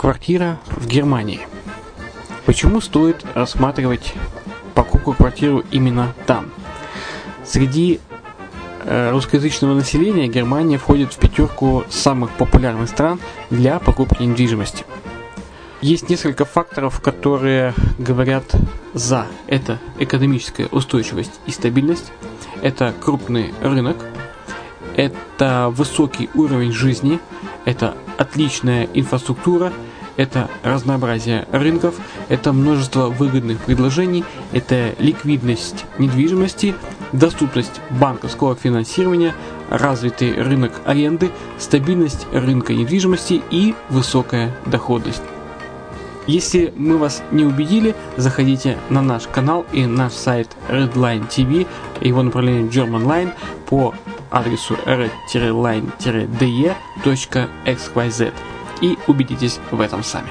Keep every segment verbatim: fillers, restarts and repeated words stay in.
Квартира в Германии. Почему стоит рассматривать покупку квартиры именно там? Среди э, русскоязычного населения Германия входит в пятерку самых популярных стран для покупки недвижимости. Есть несколько факторов, которые говорят за. Это экономическая устойчивость и стабильность, это крупный рынок, это высокий уровень жизни, это отличная инфраструктура, это разнообразие рынков, это множество выгодных предложений, это ликвидность недвижимости, доступность банковского финансирования, развитый рынок аренды, стабильность рынка недвижимости и высокая доходность. Если мы вас не убедили, заходите на наш канал и наш сайт Redline ти ви, его направление Germanline по адресу red line d e точка x y z и убедитесь в этом сами.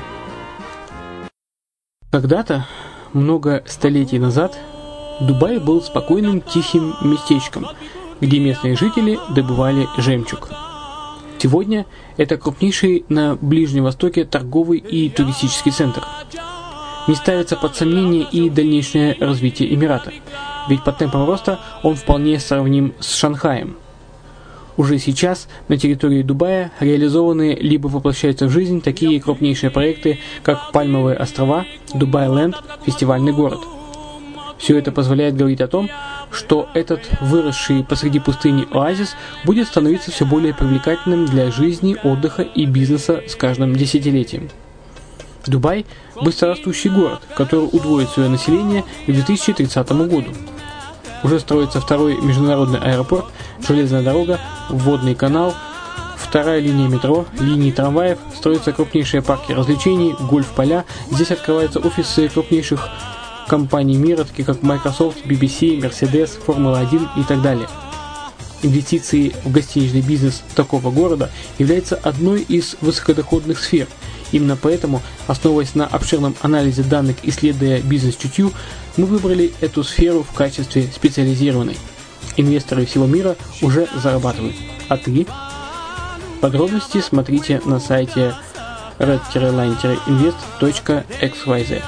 Когда-то, много столетий назад, Дубай был спокойным тихим местечком, где местные жители добывали жемчуг. Сегодня это крупнейший на Ближнем Востоке торговый и туристический центр. Не ставится под сомнение и дальнейшее развитие Эмирата, ведь по темпам роста он вполне сравним с Шанхаем. Уже сейчас на территории Дубая реализованы либо воплощаются в жизнь такие крупнейшие проекты, как Пальмовые острова, Дубай-Ленд, фестивальный город. Все это позволяет говорить о том, что этот выросший посреди пустыни оазис будет становиться все более привлекательным для жизни, отдыха и бизнеса с каждым десятилетием. Дубай – быстрорастущий город, который удвоит свое население к две тысячи тридцатому году. Уже строится второй международный аэропорт, железная дорога, водный канал, вторая линия метро, линии трамваев, строятся крупнейшие парки развлечений, гольф-поля. Здесь открываются офисы крупнейших компаний мира, таких как Microsoft, би би си, Mercedes, Формула один и так далее. Инвестиции в гостиничный бизнес такого города являются одной из высокодоходных сфер. Именно поэтому, основываясь на обширном анализе данных, исследуя бизнес-чутью, мы выбрали эту сферу в качестве специализированной. Инвесторы всего мира уже зарабатывают. А ты? Подробности смотрите на сайте red line invest точка x y z.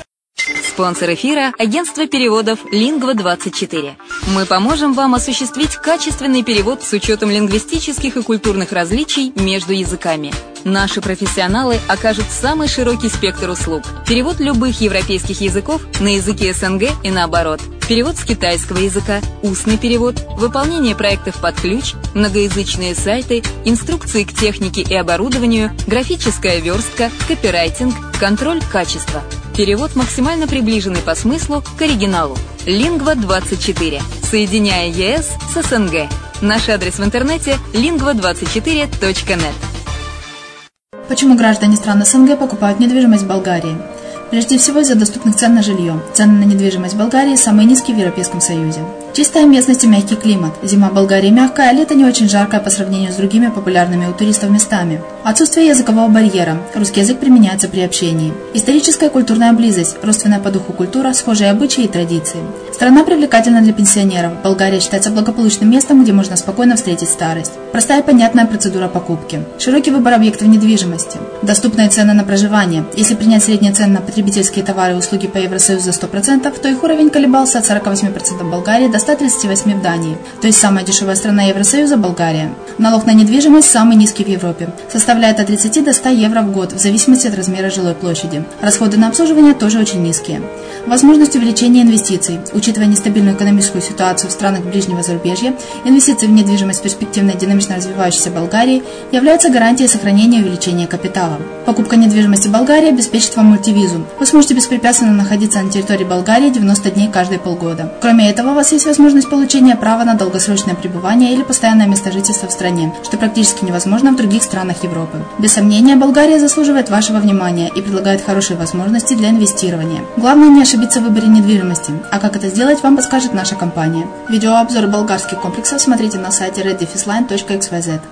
Спонсор эфира – агентство переводов лингва двадцать четыре. Мы поможем вам осуществить качественный перевод с учетом лингвистических и культурных различий между языками. Наши профессионалы окажут самый широкий спектр услуг. Перевод любых европейских языков на языки эс эн гэ и наоборот. Перевод с китайского языка, устный перевод, выполнение проектов под ключ, многоязычные сайты, инструкции к технике и оборудованию, графическая верстка, копирайтинг, контроль качества. Перевод максимально приближенный по смыслу к оригиналу. лингва двадцать четыре. Соединяя е эс с эс эн гэ. Наш адрес в интернете лингва двадцать четыре точка нет. Почему граждане стран эс эн гэ покупают недвижимость в Болгарии? Прежде всего из-за доступных цен на жилье. Цены на недвижимость в Болгарии самые низкие в Европейском Союзе. Чистая местность и мягкий климат. Зима в Болгарии мягкая, а лето не очень жаркое по сравнению с другими популярными у туристов местами. Отсутствие языкового барьера. Русский язык применяется при общении. Историческая и культурная близость. Родственная по духу культура, схожие обычаи и традиции. Страна привлекательна для пенсионеров. Болгария считается благополучным местом, где можно спокойно встретить старость. Простая и понятная процедура покупки. Широкий выбор объектов недвижимости. Доступные цены на проживание. Если принять средние цены на потребительские товары и услуги по Евросоюзу за сто процентов, то их уровень колебался от сорок восемь процентов в Болгарии до ста тридцати восьми процентов в Дании. То есть самая дешевая страна Евросоюза – Болгария. Налог на недвижимость самый низкий в Европе. Составляет от тридцати до ста евро в год, в зависимости от размера жилой площади. Расходы на обслуживание тоже очень низкие. Возможность увеличения инвестиций. Учитывая нестабильную экономическую ситуацию в странах ближнего зарубежья, инвестиции в недвижимость в перспективной динамично развивающейся Болгарии являются гарантией сохранения и увеличения капитала. Покупка недвижимости в Болгарии обеспечит вам мультивизу. Вы сможете беспрепятственно находиться на территории Болгарии девяносто дней каждые полгода. Кроме этого, у вас есть возможность получения права на долгосрочное пребывание или постоянное место жительства в стране, что практически невозможно в других странах Европы. Без сомнения, Болгария заслуживает вашего внимания и предлагает хорошие возможности для инвестирования. Главное не ошибиться в выборе недвижимости, а как это сделать, вам подскажет наша компания. Видеообзор болгарских комплексов смотрите на сайте red line точка x y z.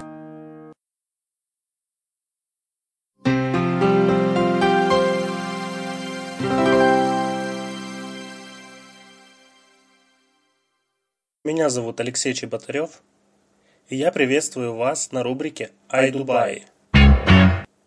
Меня зовут Алексей Чеботарев, и я приветствую вас на рубрике iDubai.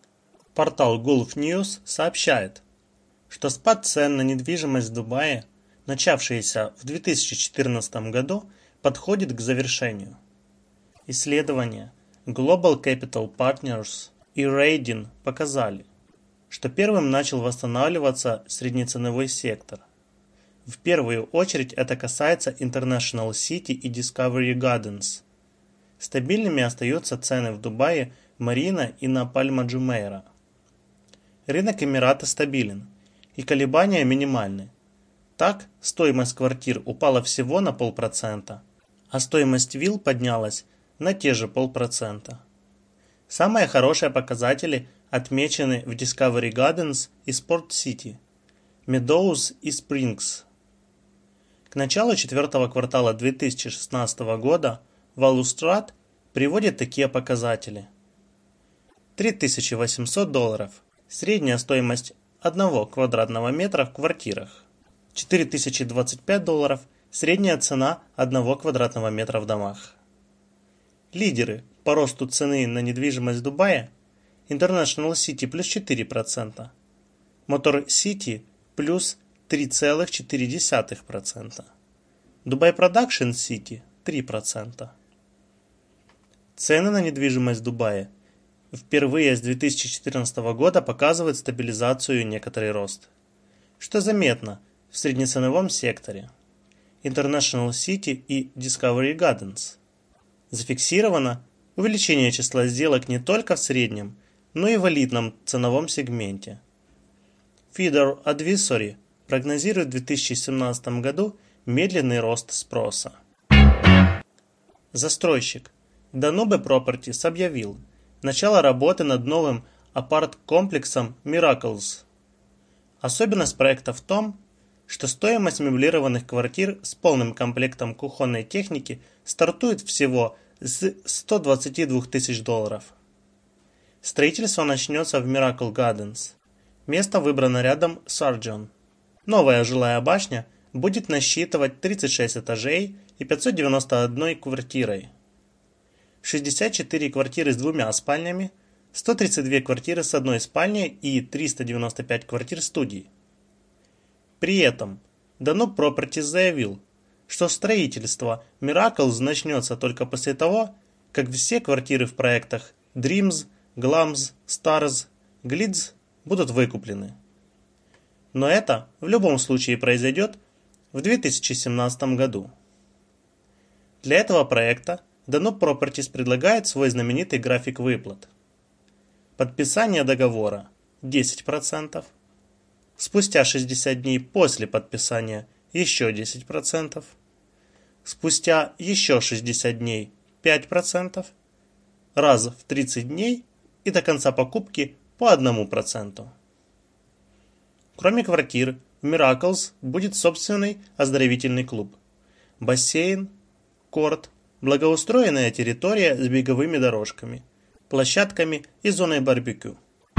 Портал Gulf News сообщает, что спад цен на недвижимость в Дубае, начавшийся в две тысячи четырнадцатом году, подходит к завершению. Исследования Global Capital Partners и Radin показали, что первым начал восстанавливаться среднеценовой сектор. В первую очередь это касается International City и Discovery Gardens. Стабильными остаются цены в Дубае, Марина и на Пальма-Джумейра. Рынок Эмирата стабилен, и колебания минимальны. Так, стоимость квартир упала всего на полпроцента, а стоимость вилл поднялась на те же полпроцента. Самые хорошие показатели отмечены в Discovery Gardens и Sport City, Meadows и Springs. К началу четвертого квартала две тысячи шестнадцатого года Валустрат приводит такие показатели. три тысячи восемьсот долларов – средняя стоимость одного квадратного метра в квартирах. четыре тысячи двадцать пять долларов – средняя цена одного квадратного метра в домах. Лидеры по росту цены на недвижимость в Дубае – International City плюс четыре процента, Motor City плюс три целых четыре десятых процента, Dubai Production City – три процента. Цены на недвижимость в Дубае впервые с две тысячи четырнадцатого года показывают стабилизацию и некоторый рост, что заметно в среднеценовом секторе International City и Discovery Gardens. Зафиксировано увеличение числа сделок не только в среднем, но и в элитном ценовом сегменте. Feeder Advisory прогнозирует в две тысячи семнадцатом году медленный рост спроса. Застройщик Danube Properties объявил начало работы над новым апарт-комплексом Miracles. Особенность проекта в том, что стоимость меблированных квартир с полным комплектом кухонной техники стартует всего с ста двадцати двух тысяч долларов. Строительство начнется в Miracle Gardens. Место выбрано рядом с Arjun. Новая жилая башня будет насчитывать тридцать шесть этажей и пятьсот девяносто одной квартирой. шестьдесят четыре квартиры с двумя спальнями, сто тридцать две квартиры с одной спальней и триста девяносто пять квартир студий. При этом Danube Properties заявил, что строительство Miracles начнется только после того, как все квартиры в проектах Dreams, Glams, Stars, Glids будут выкуплены. Но это в любом случае произойдет в две тысячи семнадцатом году. Для этого проекта Danube Properties предлагает свой знаменитый график выплат. Подписание договора – десять процентов. Спустя шестьдесят дней после подписания еще десять процентов. Спустя еще шестьдесят дней пять процентов. Раз в тридцать дней и до конца покупки по одному проценту. Кроме квартир, в Miracles будет собственный оздоровительный клуб. Бассейн, корт, благоустроенная территория с беговыми дорожками, площадками и зоной барбекю.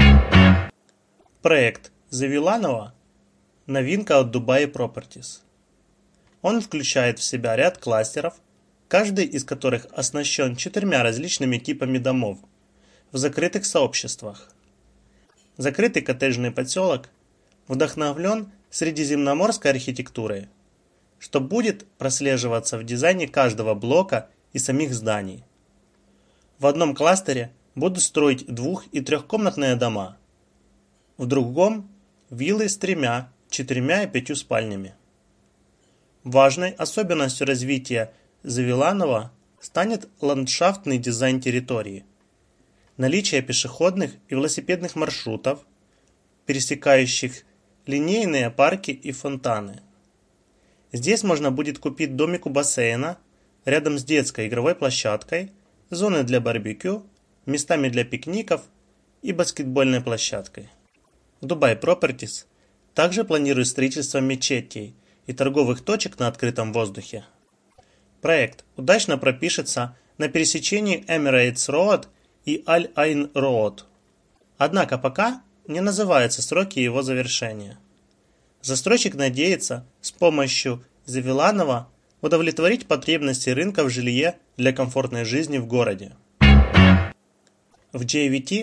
Проект Завиланова – новинка от Dubai Properties. Он включает в себя ряд кластеров, каждый из которых оснащен четырьмя различными типами домов в закрытых сообществах. Закрытый коттеджный поселок вдохновлен средиземноморской архитектурой, что будет прослеживаться в дизайне каждого блока и самих зданий. В одном кластере будут строить двух- и трехкомнатные дома, в другом – виллы с тремя, четырьмя и пятью спальнями. Важной особенностью развития Завиланова станет ландшафтный дизайн территории, наличие пешеходных и велосипедных маршрутов, пересекающих линейные парки и фонтаны. Здесь можно будет купить домик у бассейна, рядом с детской игровой площадкой, зоной для барбекю, местами для пикников и баскетбольной площадкой. Dubai Properties также планирует строительство мечетей и торговых точек на открытом воздухе. Проект удачно пропишется на пересечении Emirates Road и Al-Ain Road. Однако пока не называются сроки его завершения. Застройщик надеется с помощью Завиланова удовлетворить потребности рынка в жилье для комфортной жизни в городе. В джей ви ти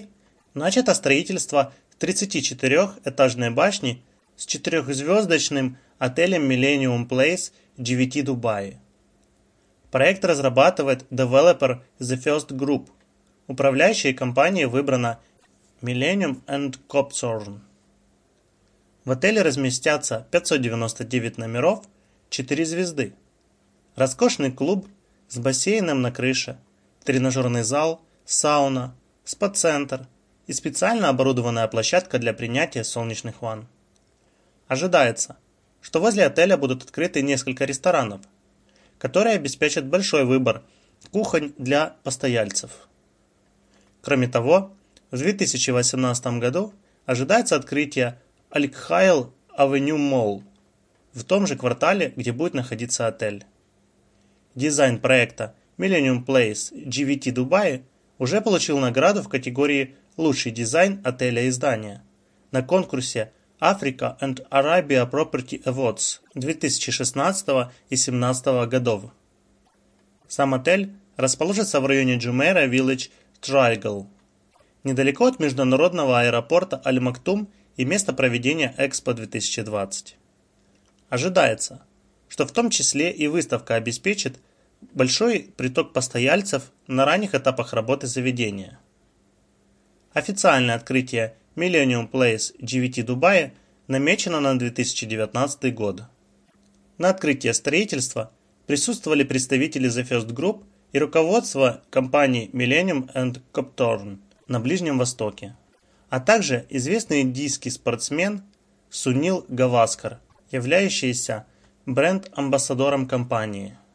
Начато строительство тридцатичетырёхэтажной башни с четырехзвездочным отелем Millennium Place джи ви ти Dubai. Проект разрабатывает девелопер The First Group. Управляющей компанией выбрана Millennium энд Copthorne. В отеле разместятся пятьсот девяносто девять номеров, четыре звезды, роскошный клуб с бассейном на крыше, тренажерный зал, сауна, спа-центр и специально оборудованная площадка для принятия солнечных ванн. Ожидается, что возле отеля будут открыты несколько ресторанов, которые обеспечат большой выбор кухонь для постояльцев. Кроме того, в две тысячи восемнадцатом году ожидается открытие Аль-Кхайл Авеню Молл в том же квартале, где будет находиться отель. Дизайн проекта Millennium Place джи ви ти Dubai уже получил награду в категории «Лучший дизайн отеля и здания» на конкурсе Africa and Arabia Property Awards две тысячи шестнадцатого и две тысячи семнадцатого годов. Сам отель расположится в районе Jumeirah Village Triangle, недалеко от международного аэропорта Аль-Мактум и места проведения Экспо две тысячи двадцать. Ожидается, что в том числе и выставка обеспечит большой приток постояльцев на ранних этапах работы заведения. Официальное открытие Millennium Place джи ви ти Dubai намечено на две тысячи девятнадцатый год. На открытии строительства присутствовали представители The First Group и руководство компаний Millennium энд Copthorne на Ближнем Востоке, а также известный индийский спортсмен Сунил Гаваскар, являющийся бренд-амбассадором компании.